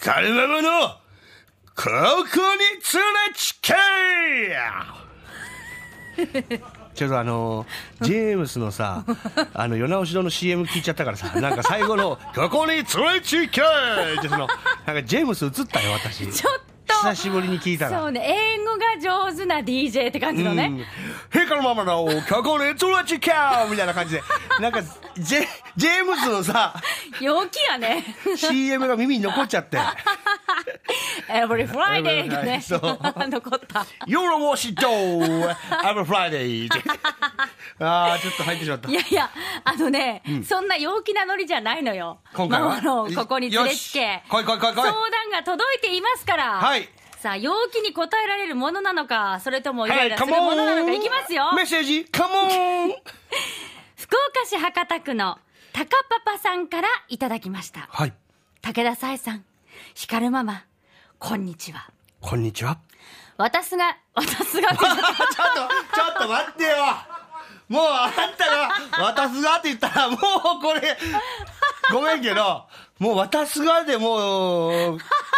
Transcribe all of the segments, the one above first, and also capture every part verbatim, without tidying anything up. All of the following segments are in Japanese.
光ママのここに連れちけちょっとあのジェームスのさあの世直し堂の シーエム 聞いちゃったからさ、なんか最後のここに連れちけってそのなんかジェームス映ったよ私。 ちょっと久しぶりに聞いたら。 そうね、英語が上手な ディージェー って感じのね、うん、 ヘカのママのここに連れちけみたいな感じでなんかジェ、ジェームスのさ陽気やねシーエム が耳に残っちゃって Every Friday がねそう残った You're a wash door Every Friday あーちょっと入ってしまった。 いやいやあのね、うん、そんな陽気なノリじゃないのよ今回は。 ママのここに連れつけ来い来い来い来い。 相談が届いていますから、 はい、 さあ陽気に答えられるものなのか、それともイライラするものなのか、いきますよ。 メッセージカモン福岡市博多区のタカパパさんからいただきました。 はい。 武田紗恵さん、ひかるママ、こんにちは。 こんにちは。 私が私がちょっとちょっと待ってよ。もうあんたが私がって言ったらもうこれごめんけどもう私がでもう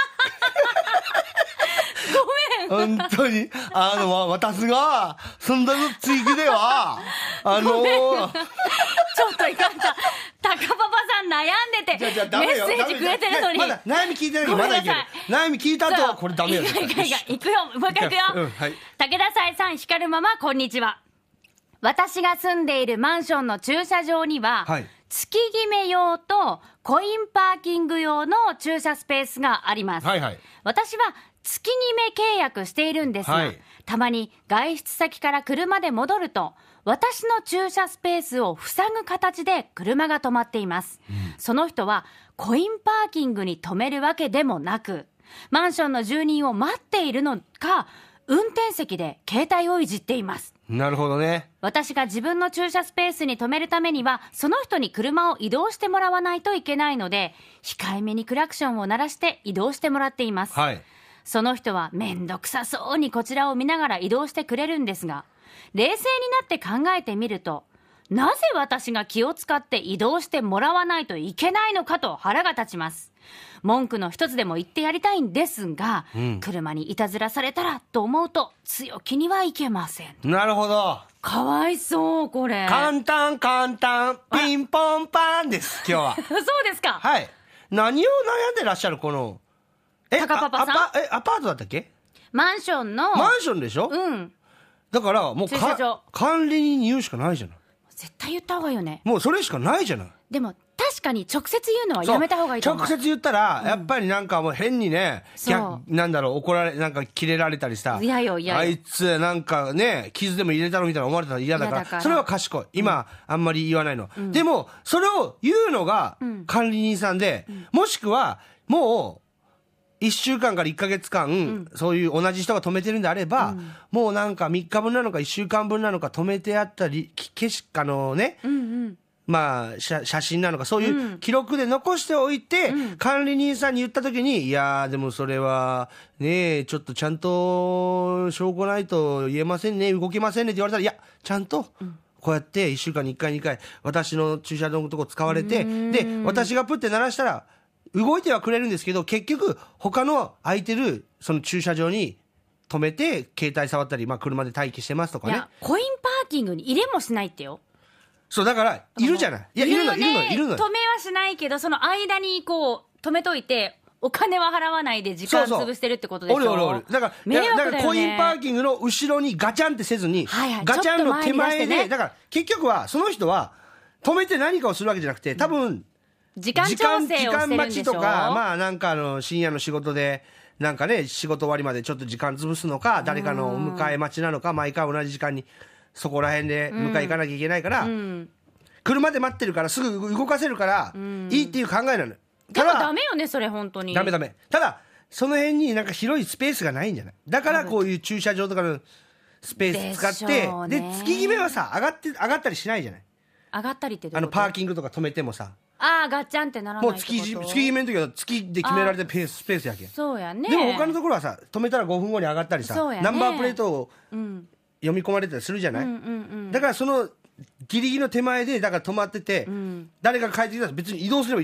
ごめん本当にあの私が住んだ地域ではあのー、 ちょっといかんた高パパさん悩んでてメッセージくれてるのにまだ悩み聞いてないけどまだいける。悩み聞いた後これダメよ。 いかいかいかいくよ、もう一回いくよ、うんはい、武田紗恵さん、ひかるママ、こんにちは。私が住んでいるマンションの駐車場には、はい、月決め用とコインパーキング用の駐車スペースがあります、はいはい、私は月決め契約しているんですが、はい、たまに外出先から車で戻ると私の駐車スペースを塞ぐ形で車が止まっています、うん、その人はコインパーキングに止めるわけでもなく、マンションの住人を待っているのか運転席で携帯をいじっています。 なるほどね。 私が自分の駐車スペースに止めるためにはその人に車を移動してもらわないといけないので、控えめにクラクションを鳴らして移動してもらっています、はい、その人はめんどくさそうにこちらを見ながら移動してくれるんですが、冷静になって考えてみると、なぜ私が気を使って移動してもらわないといけないのかと腹が立ちます。文句の一つでも言ってやりたいんですが、うん、車にいたずらされたらと思うと強気にはいけません。 なるほど。 かわいそうこれ。 簡単簡単ピンポンパンです今日は。 そうですか。 はい。何を悩んでらっしゃるこのえ高パパさん。 アパえアパートだったっけ？ マンションのマンションでしょ。 うん。 だからもうか管理人に言うしかないじゃない。 絶対言った方がいいよね。 もうそれしかないじゃない。 でも確かに直接言うのはやめた方がいいと思う。 直接言ったら、うん、やっぱりなんかもう変にね、なんだろう、怒られ、なんかキレられたりした。 いやよいやよ。 あいつなんかね、傷でも入れたのみたいな思われたら嫌だから、からそれは賢い。今、うん、あんまり言わないの。うん、でも、それを言うのが管理人さんで、うん、もしくは、もう、いっしゅうかんからいっかげつかん、うん、そういう同じ人が止めてるんであれば、うん、もうなんかみっかぶんなのかいっしゅうかんぶんなのか止めてあったり、消し、あのね、うんうんまあ、写, 写真なのかそういう記録で残しておいて、うん、管理人さんに言った時にいやーでもそれはねちょっとちゃんと証拠ないと言えませんね動けませんねって言われたらいやちゃんとこうやっていっしゅうかんにいっかいにかい私の駐車場のとこ使われてで私がプッて鳴らしたら動いてはくれるんですけど結局他の空いてるその駐車場に止めて携帯触ったり、まあ、車で待機してますとかね。いやコインパーキングに入れもしないってよ。 そうだからいるじゃない。いやいるのいるのいるの。 止めはしないけどその間にこう止めといてお金は払わないで時間潰してるってことでしょ。 そうそうおるおるおる。だから、ね、だからコインパーキングの後ろにガチャンってせずに、はいはい、ガチャンの手前で、ね、だから結局はその人は止めて何かをするわけじゃなくて多分、うん、 時間調整をしてるんでしょ。時間待ちとかまあなんかあの深夜の仕事でなんかね仕事終わりまでちょっと時間潰すのか誰かのお迎え待ちなのか毎回同じ時間にそこら辺で迎え行かなきゃいけないから。うんうん車で待ってるからすぐ動かせるからいいっていう考えなの。でもダメよねそれ本当に。 ダメダメ。ただその辺になんか広いスペースがないんじゃない。だからこういう駐車場とかのスペース使ってで月決めはさ上がって上がったりしないじゃない。 上がったりってどういうこと。 あのパーキングとか止めてもさああガッチャンってならないってこと。 もう月月決めの時は月で決められたペーススペースやけん。 そうやね。 でも他のところはさ止めたらごふんごに上がったりさ、ね、ナンバープレートを読み込まれたりするじゃない、うんうんうん、だからそのギリギリの手前でだから止まってて、うん、誰かが帰ってきたら別に移動すればいいじゃない。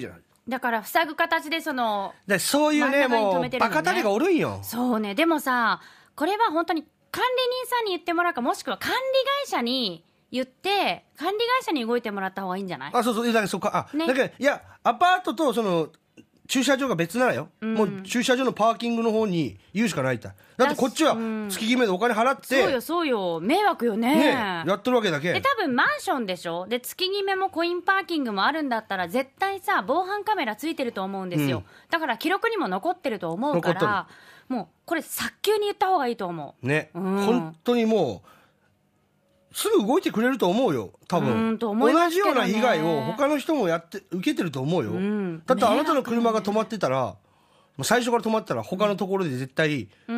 だから塞ぐ形でそのでそういうね、もうバカタレがおるんよ。 そうね。でもさ、これは本当に管理人さんに言ってもらうか、もしくは管理会社に言って管理会社に動いてもらった方がいいんじゃない？ あ、そうそう。だからそっか、あ、ね、だけどいやアパートとその駐車場が別ならよ、うん、もう駐車場のパーキングの方に言うしかないだ。だってこっちは月決めでお金払って、 そうよそうよ、迷惑よ ね, ねやってるわけだけで、多分マンションでしょ。で月決めもコインパーキングもあるんだったら絶対さ防犯カメラついてると思うんですよ、うん、だから記録にも残ってると思うから、もうこれ早急に言った方がいいと思うね、うん、 本当にもうすぐ動いてくれると思うよ多分。 うんと思いますけどね、 同じような被害を他の人もやって受けてると思うよ、うん、だってあなたの車が止まってたら、ね、最初から止まってたら他のところで絶対、うん、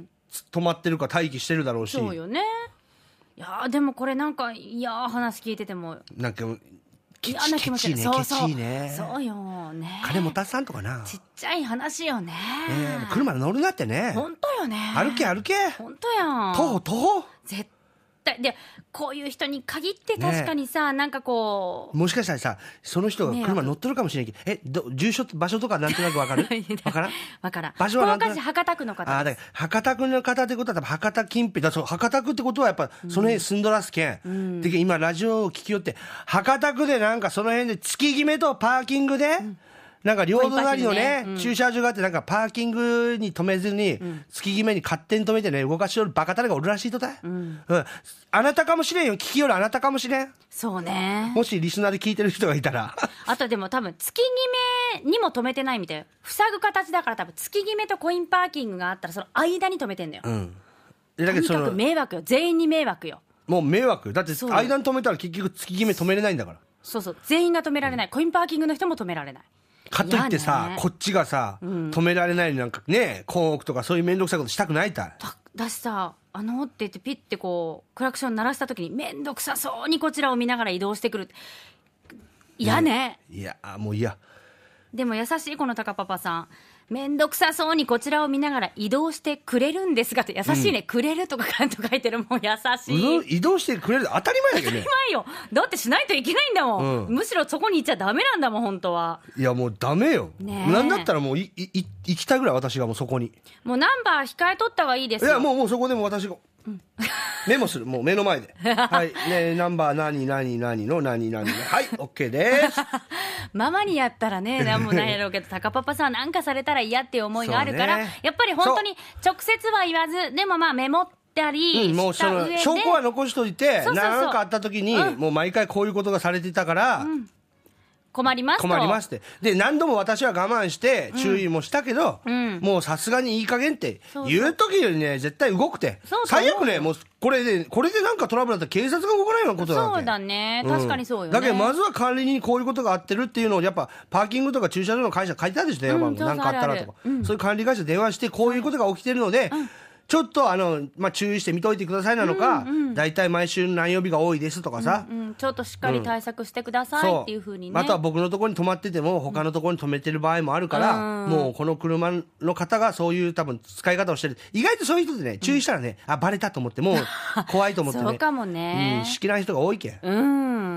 止まってるか待機してるだろうし。 そうよね。いやでもこれなんかいや話聞いててもなんかケチケチね、ケチね。 そうよね。 金持たさんとかな。 ちっちゃい話よね。 ね車乗るなってね。 本当よね。 歩け歩け。 本当やん。 徒歩徒歩。 絶対でこういう人に限って確かにさ、ね、なんかこうもしかしたらさその人が車乗ってるかもしれないけど、えど住所場所とかなんとなく分かる？分からん？ 分からん。 場所はなんとなく。 福岡市博多区の方です。 あだから博多区の方ってことは多分博多近辺だ。そう博多区ってことはやっぱその辺住んどらすけん、うん、で今ラジオを聞きよって博多区でなんかその辺で月決めとパーキングで、うんなんか両隣のね、うん、駐車場があってなんかパーキングに止めずに、うん、月決めに勝手に止めてね動かしよるバカタレがおるらしいとだ、うんうん、あなたかもしれんよ。聞きよるあなたかもしれん。 そうね。 もしリスナーで聞いてる人がいたらあとでも多分月決めにも止めてないみたいな塞ぐ形だから多分月決めとコインパーキングがあったらその間に止めてんだよ、うん、だけどそのとにかく迷惑よ。全員に迷惑よ。 もう迷惑だって間に止めたら結局月決め止めれないんだから。 そうそう全員が止められない、うん、コインパーキングの人も止められないかといってさ、ね、こっちがさ、うん、止められないなんかねコーン置くとかそういう面倒くさいことしたくないたいだ, だしさあのって言ってピッてこうクラクション鳴らした時に面倒くさそうにこちらを見ながら移動してくる嫌 ね, ねいやもう嫌。 でも優しいこの高パパさん面倒くさそうにこちらを見ながら移動してくれるんですがって優しいね、うん、くれるとかかんと書いてるもん優しい。 移動してくれる当たり前だけどね。 当たり前よ。だってしないといけないんだもん、うん、むしろそこに行っちゃダメなんだもん本当は。 いやもうダメよ、ね、なんだったらもういいい行きたいぐらい私がもうそこにもうナンバー控えとった方がいいですよ。 いやもうもうそこでも私がうん、メモするもう目の前ではいねナンバー何何何の何々のはい OK ですママにやったらねなんもないやろうけど高パパさんなんかされたら嫌っていう思いがあるから、ね、やっぱり本当に直接は言わずでもまあメモったりうん、もうその証拠は残しといて何かあった時に、うん、もう毎回こういうことがされてたから、うん困りますと困りますってで何度も私は我慢して注意もしたけど、うん、もうさすがにいい加減って言う時よりね絶対動くてそうそう最悪ねもうこれでこれでなんかトラブルだったら警察が動かないようなことだわけ。 そうだね確かにそうよね、うん、 だけどまずは管理人にこういうことがあってるっていうのをやっぱパーキングとか駐車場の会社書いてあるでしょ電話番号何かあったらとか、うん、そういう管理会社電話してこういうことが起きてるので、うんちょっとあの、まあ、注意して見といてくださいなのか、だいたい毎週何曜日が多いですとかさ、 うんうん、ちょっとしっかり対策してくださいっていう風にね、 あとは僕のところに止まってても他のところに止めてる場合もあるから、うん、もうこの車の方がそういう多分使い方をしてる意外とそういう人でね注意したらね、うん、あバレたと思ってもう怖いと思ってねそうかもね、 うん、好きな人が多いけん、 うん、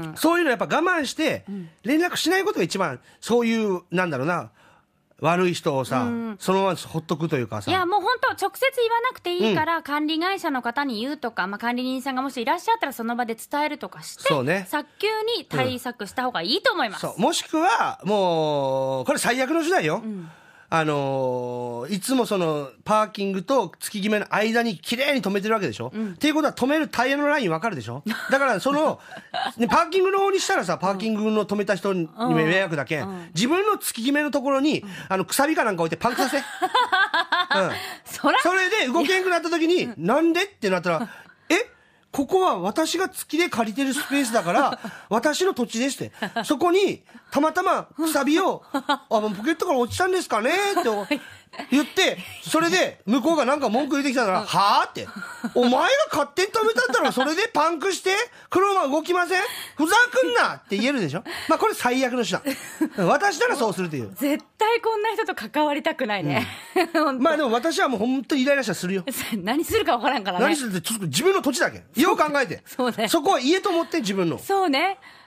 そういうのやっぱ我慢して連絡しないことが一番そういうなんだろうな悪い人をさ、うん、そのままほっとくというかさ。 いやもう本当直接言わなくていいから、うん、管理会社の方に言うとか、まあ、管理人さんがもしいらっしゃったらその場で伝えるとかして、ね、早急に対策した方がいいと思います、 うん、そうもしくはもうこれ最悪の時代よ、うんあのー、いつもそのパーキングと月決めの間に綺麗に止めてるわけでしょ、うん、っていうことは止めるタイヤのライン分かるでしょだからその、ね、パーキングの方にしたらさパーキングの止めた人に迷惑だけん、うん、自分の月決めのところに、うん、あのくさびかなんか置いてパンクさせ、うん、 そ, それで動けんくなった時に、うん、なんでってなったらえここは私が月で借りてるスペースだから私の土地ですってそこにたまたまくさびをあポケットから落ちたんですかねって言ってそれで向こうがなんか文句言ってきたらはぁってお前が勝手に止めたんだろそれでパンクして車動きませんふざくんなって言えるでしょまあこれ最悪の手段私ならそうするっていう絶対こんな人と関わりたくないね、 うん、まあでも私はもう本当にイライラしたらするよ何するか分からんからね何するってちょっと自分の土地だけよう考えて そ, う、ね、そこは家と思って自分のそうね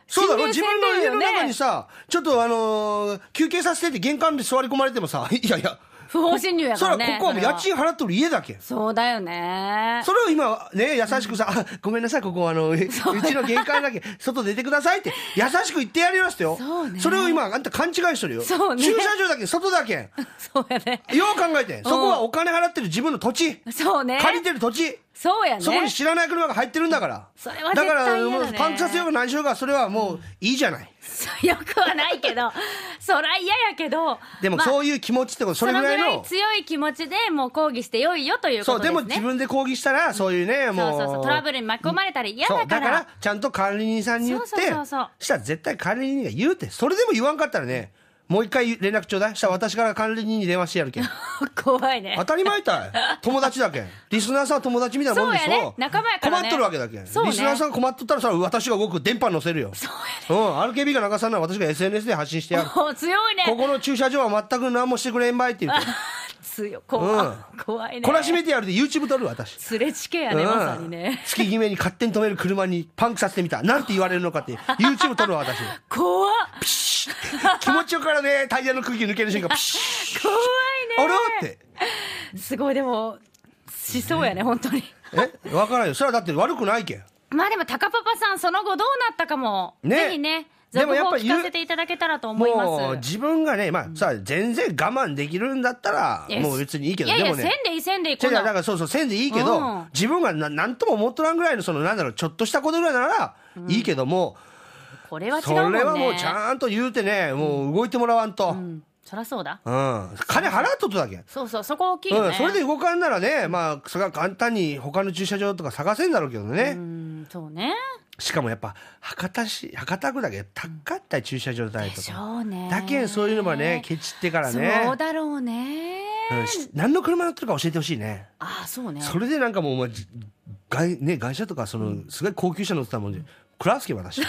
そうだろ、自分の家の中にさ、ちょっとあのー、休憩させてって玄関で座り込まれてもさ、いやいや、 不法侵入やからね。 それはここはもう家賃払っとる家だけ。 そうだよね。 それを今ね、優しくさ、うん、あ、ごめんなさい、ここあの、うちの玄関だけ外出てくださいって優しく言ってやりましたよ。そうね。それを今あんた勘違いしてるよ。そうね。駐車場だけ外だけ。 そうやね。 よう考えて、そこはお金払ってる自分の土地。そうね。借りてる土地。 そうやね。 そこに知らない車が入ってるんだから。 それは絶対嫌だね。 だから、パンクさせようが何しようが、それはもういいじゃない。 よくはないけど、そら嫌やけど。 でもそういう気持ちってこと、それぐらいの。そのぐらい強い気持ちでもう抗議してよいよということですね。 そう、でも自分で抗議したら、そういうね、もう。 そうそうそう、トラブルに巻き込まれたら嫌だから。 だから、ちゃんと管理人さんに言って、そうそうそう。したら絶対管理人が言うって、それでも言わんかったらね、もう一回連絡ちょうだい。したら私から管理人に電話してやるけん。 怖いね。 当たり前たい。友達だけん。リスナーさんは友達みたいなもんでしょ。 そうやね。仲間やからね。 困っとるわけだけん。ね、リスナーさんが困っとったらさ、私が動く電波載せるよ。そうやね。うん。アールケービー が流さんなら私が エスエヌエス で発信してやる。 お強いね。 ここの駐車場は全く何もしてくれんばいって言って。 強い。怖い、うん。怖いね。 懲らしめてやるで YouTube 撮る私。 すれちけやね、うん、まさにね。 月決めに勝手に止める車にパンクさせてみた。なんて言われるのかって YouTube 撮るわ私。 怖っ。 ピシッ。気持ちよからね、タイヤの空気抜ける瞬間、ピシッ。 怖いね。 あらって。 すごい、でも、しそうやね、本当に。 えわからんよ。それはだって悪くないけん。 まあでも、高パパさん、その後どうなったかも、ね、ぜひね。でもやっぱり聞かせていただけたらと思います。もう自分がね、まあさ、全然我慢できるんだったら、もう別にいいけど、 いやいや、 でもね。 せんでいい、せんでいい、 こんな。だからそうそう、せんでいいけど、うん、自分がななんとも思っとらんぐらいの、その、なんだろう、ちょっとしたことぐらいなら、いいけども、 うん、これは違うもんね。 それはもうちゃんと言うてね、もう動いてもらわんと。うんそりゃそうだ。 うん。金払っとっただけ。 そうそう、そこ大きいよね。 うん、それで動かんならね、まあ、それは簡単に他の駐車場とか探せんだろうけどね。 うん、そうね。 しかもやっぱ、博多市、博多区だけ高かった、駐車場代とか。 でしょうね。 だけんそういうのもね、ケチってからね。 そうだろうね。 うん、何の車乗ってるか教えてほしいね。 ああ、そうね。 それでなんかもう、まあ、外、ね、外車とか、その、すごい高級車乗ってたもんで、クラスケ私。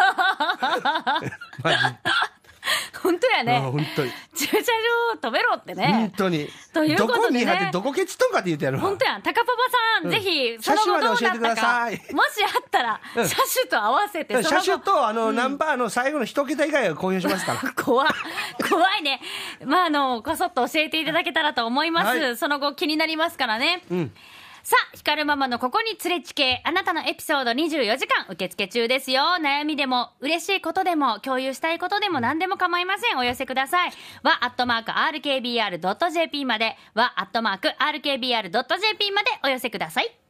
マジ本当やね。 本当に。 駐車場止めろってね。 本当に。 ということでね。どこに貼ってどこケチとんかって言ってやるわ。 本当や。高パパさん、うん、ぜひ、その後どうなったか。もしあったら、うん、車種と合わせて、 車種と、あの、うん、ナンバーの最後の一桁以外は公表しますから。 怖い。怖いね。まあ、あの、こそっと教えていただけたらと思います。はい、その後気になりますからね。うん。さあ、ひかるママのここに連れちけ、あなたのエピソードにじゅうよじかん受付中ですよ。悩みでも、嬉しいことでも、共有したいことでも何でも構いません。お寄せください。は、アットマーク アールケービーアールドットジェーピー まで、は、アットマーク アールケービーアールドットジェーピー までお寄せください。